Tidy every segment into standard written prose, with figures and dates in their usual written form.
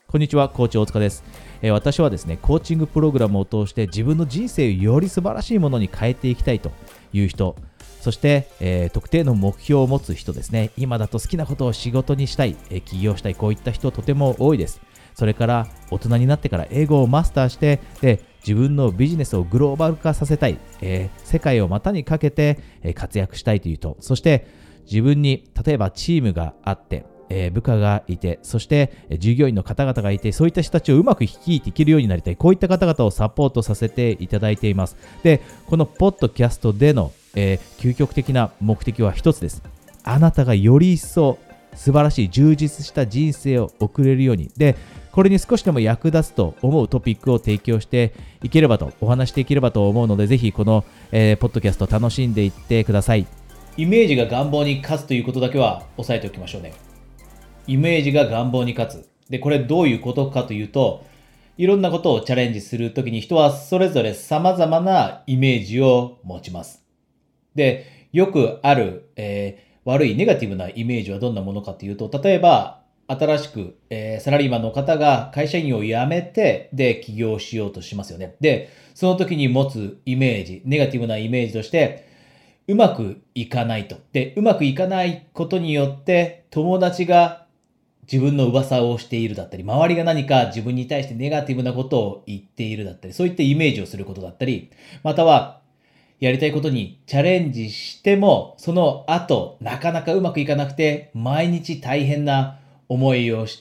こんにちは、コーチ大塚です。私はですね、コーチングプログラムを通して自分の人生をより素晴らしいものに変えていきたいという人、そして、特定の目標を持つ人ですね。今だと好きなことを仕事にしたい、起業したい、こういった人とても多いです。それから大人になってから英語をマスターして、で自分のビジネスをグローバル化させたい、世界を股にかけて、活躍したいという人、そして自分に例えばチームがあって、部下がいて、そして従業員の方々がいて、そういった人たちをうまく率いていけるようになりたい、こういった方々をサポートさせていただいています。で、このポッドキャストでの、究極的な目的は一つです。あなたがより一層素晴らしい充実した人生を送れるように、でこれに少しでも役立つと思うトピックを提供していければと、お話していければと思うので、ぜひこの、ポッドキャスト楽しんでいってください。イメージが願望に勝つということだけは押さえておきましょうね。イメージが願望に勝つ。で、これどういうことかというと、いろんなことをチャレンジするときに人はそれぞれ様々なイメージを持ちます。で、よくある、悪いネガティブなイメージはどんなものかというと、例えば新しく、サラリーマンの方が会社員を辞めて、で、起業しようとしますよね。で、その時に持つイメージ、ネガティブなイメージとして、うまくいかないと。で、うまくいかないことによって友達が自分の噂をしているだったり、周りが何か自分に対してネガティブなことを言っているだったり、そういったイメージをすることだったり、またはやりたいことにチャレンジしても、その後なかなかうまくいかなくて、毎日大変な思いをして、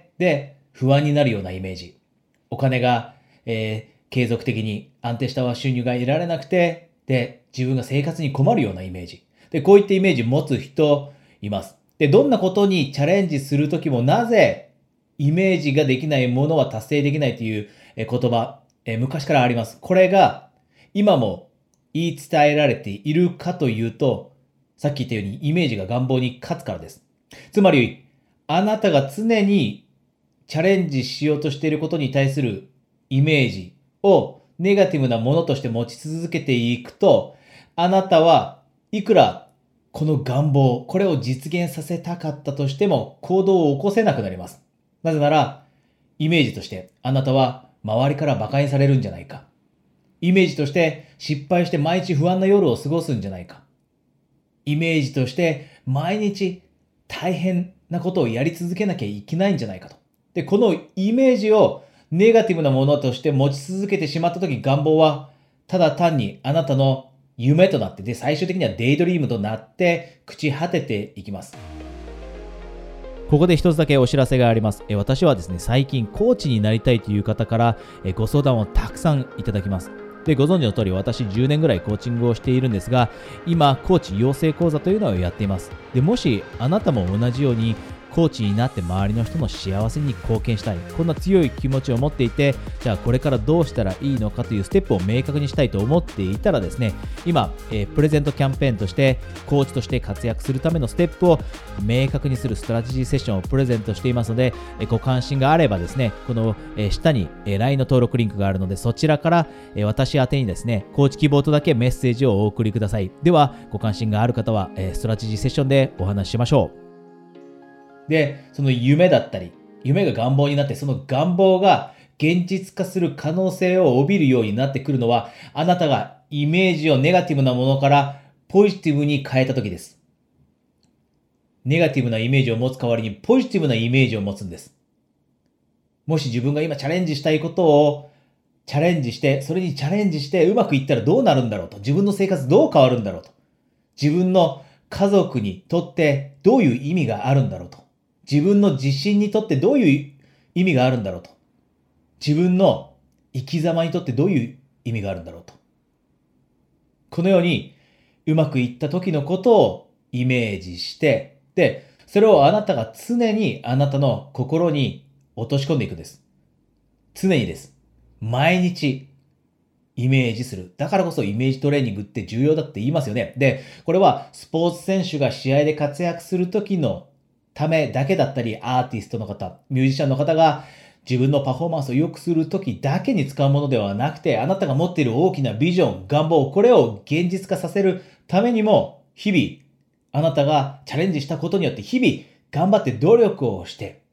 で、不安になるようなイメージ。お金が、継続的に安定した収入が得られなくて、で、自分が生活に困るようなイメージ。で、こういったイメージを持つ人います。で、どんなことにチャレンジするときも、なぜイメージができないものは達成できないという言葉、昔からあります。これが今も言い伝えられているかというと、さっき言ったようにイメージが願望に勝つからです。つまり、あなたが常にチャレンジしようとしていることに対するイメージをネガティブなものとして持ち続けていくと、あなたはいくらこの願望、これを実現させたかったとしても行動を起こせなくなります。なぜなら、イメージとしてあなたは周りから馬鹿にされるんじゃないか。イメージとして失敗して毎日不安な夜を過ごすんじゃないか。イメージとして毎日大変なことをやり続けなきゃいけないんじゃないかと。で、このイメージをネガティブなものとして持ち続けてしまったとき、願望はただ単にあなたの夢となって、で、最終的にはデイドリームとなって朽ち果てていきます。ここで一つだけお知らせがあります。私はですね、最近コーチになりたいという方からご相談をたくさんいただきます。で、ご存知の通り私10年ぐらいコーチングをしているんですが、今コーチ養成講座というのをやっています。で、もしあなたも同じようにコーチになって周りの人の幸せに貢献したい、こんな強い気持ちを持っていて、じゃあこれからどうしたらいいのかというステップを明確にしたいと思っていたらですね、今、プレゼントキャンペーンとしてコーチとして活躍するためのステップを明確にするストラテジーセッションをプレゼントしていますので、ご関心があればですね、この下に LINE の登録リンクがあるので、そちらから私宛てにですね、コーチ希望とだけメッセージをお送りください。では、ご関心がある方はストラテジーセッションでお話ししましょう。で、その夢だったり、夢が願望になって、その願望が現実化する可能性を帯びるようになってくるのは、あなたがイメージをネガティブなものからポジティブに変えたときです。ネガティブなイメージを持つ代わりにポジティブなイメージを持つんです。もし自分が今チャレンジしたいことをチャレンジして、それにチャレンジしてうまくいったらどうなるんだろうと、自分の生活どう変わるんだろうと、自分の家族にとってどういう意味があるんだろうと、自分の自信にとってどういう意味があるんだろうと。自分の生き様にとってどういう意味があるんだろうと。このようにうまくいった時のことをイメージして、で、それをあなたが常にあなたの心に落とし込んでいくんです。常にです。毎日イメージする。だからこそイメージトレーニングって重要だって言いますよね。で、これはスポーツ選手が試合で活躍する時のためだけだったり、アーティストの方、ミュージシャンの方が自分のパフォーマンスを良くするときだけに使うものではなくて、あなたが持っている大きなビジョン、願望、これを現実化させるためにも、日々、あなたがチャレンジしたことによって日々頑張って努力をして、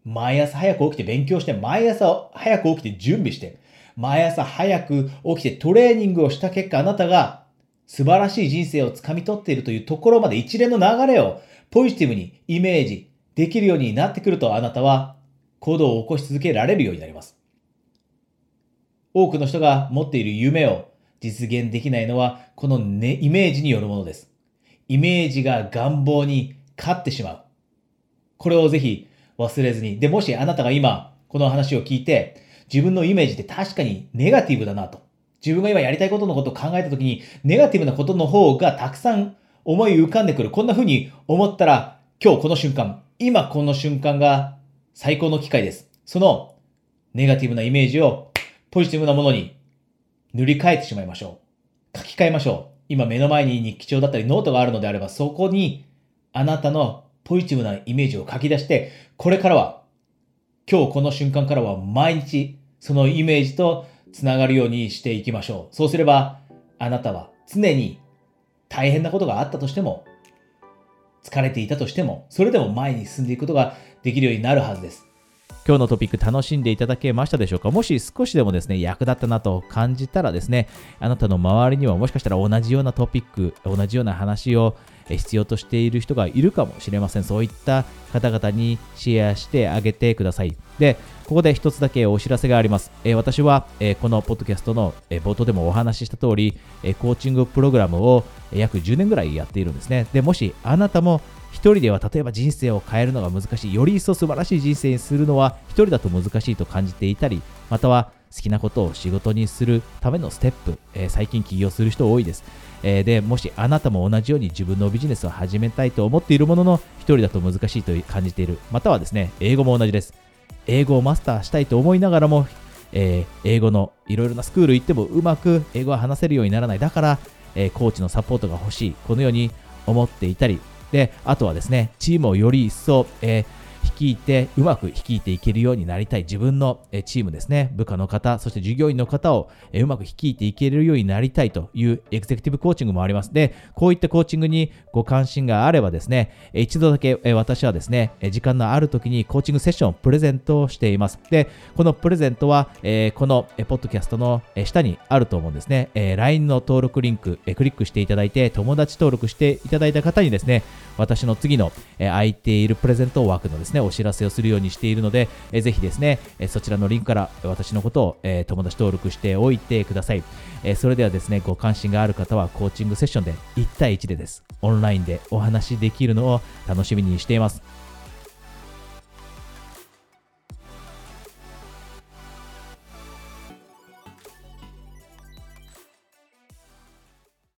毎朝早く起きて勉強して、毎朝早く起きて準備して、毎朝早く起きてトレーニングをした結果、あなたが素晴らしい人生をつかみ取っているというところまで一連の流れをポジティブにイメージできるようになってくると、あなたは行動を起こし続けられるようになります。多くの人が持っている夢を実現できないのは、この、イメージによるものです。イメージが願望に勝ってしまう。これをぜひ忘れずに。で、もしあなたが今この話を聞いて、自分のイメージって確かにネガティブだなと。自分が今やりたいことのことを考えたときに、ネガティブなことの方がたくさん思い浮かんでくる。こんな風に思ったら、今日この瞬間、今この瞬間が最高の機会です。そのネガティブなイメージをポジティブなものに塗り替えてしまいましょう。書き換えましょう。今目の前に日記帳だったりノートがあるのであれば、そこにあなたのポジティブなイメージを書き出して、これからは、今日この瞬間からは毎日そのイメージとつながるようにしていきましょう。そうすれば、あなたは常に大変なことがあったとしても、疲れていたとしても、それでも前に進んでいくことができるようになるはずです。今日のトピック楽しんでいただけましたでしょうか。もし少しでもですね、役立ったなと感じたらですね、あなたの周りにはもしかしたら同じようなトピック、同じような話を必要としている人がいるかもしれません。そういった方々にシェアしてあげてください。で、ここで一つだけお知らせがあります。私はこのポッドキャストの冒頭でもお話しした通り、コーチングプログラムを約10年ぐらいやっているんですね。で、もしあなたも一人では例えば人生を変えるのが難しい、より一層素晴らしい人生にするのは一人だと難しいと感じていたり、または好きなことを仕事にするためのステップ、最近起業する人多いです。で、もしあなたも同じように自分のビジネスを始めたいと思っているものの、一人だと難しいと感じている。またはですね、英語も同じです。英語をマスターしたいと思いながらも、英語のいろいろなスクール行ってもうまく英語は話せるようにならない。だから、コーチのサポートが欲しい。このように思っていたり、で、あとはですね、チームをより一層、うまく率いていけるようになりたい。自分のチームですね、部下の方、そして従業員の方をうまく率いていけるようになりたいというエグゼクティブコーチングもあります。で、こういったコーチングにご関心があればですね、一度だけ私はですね、時間のある時にコーチングセッションをプレゼントしています。で、このプレゼントは、このポッドキャストの下にあると思うんですね。LINE の登録リンク、クリックしていただいて、友達登録していただいた方にですね、私の次の空いているプレゼント枠のですね、お知らせをするようにしているので、ぜひですね、そちらのリンクから私のことを友達登録しておいてください。それではですね、ご関心がある方はコーチングセッションで1対1でです。オンラインでお話しできるのを楽しみにしています。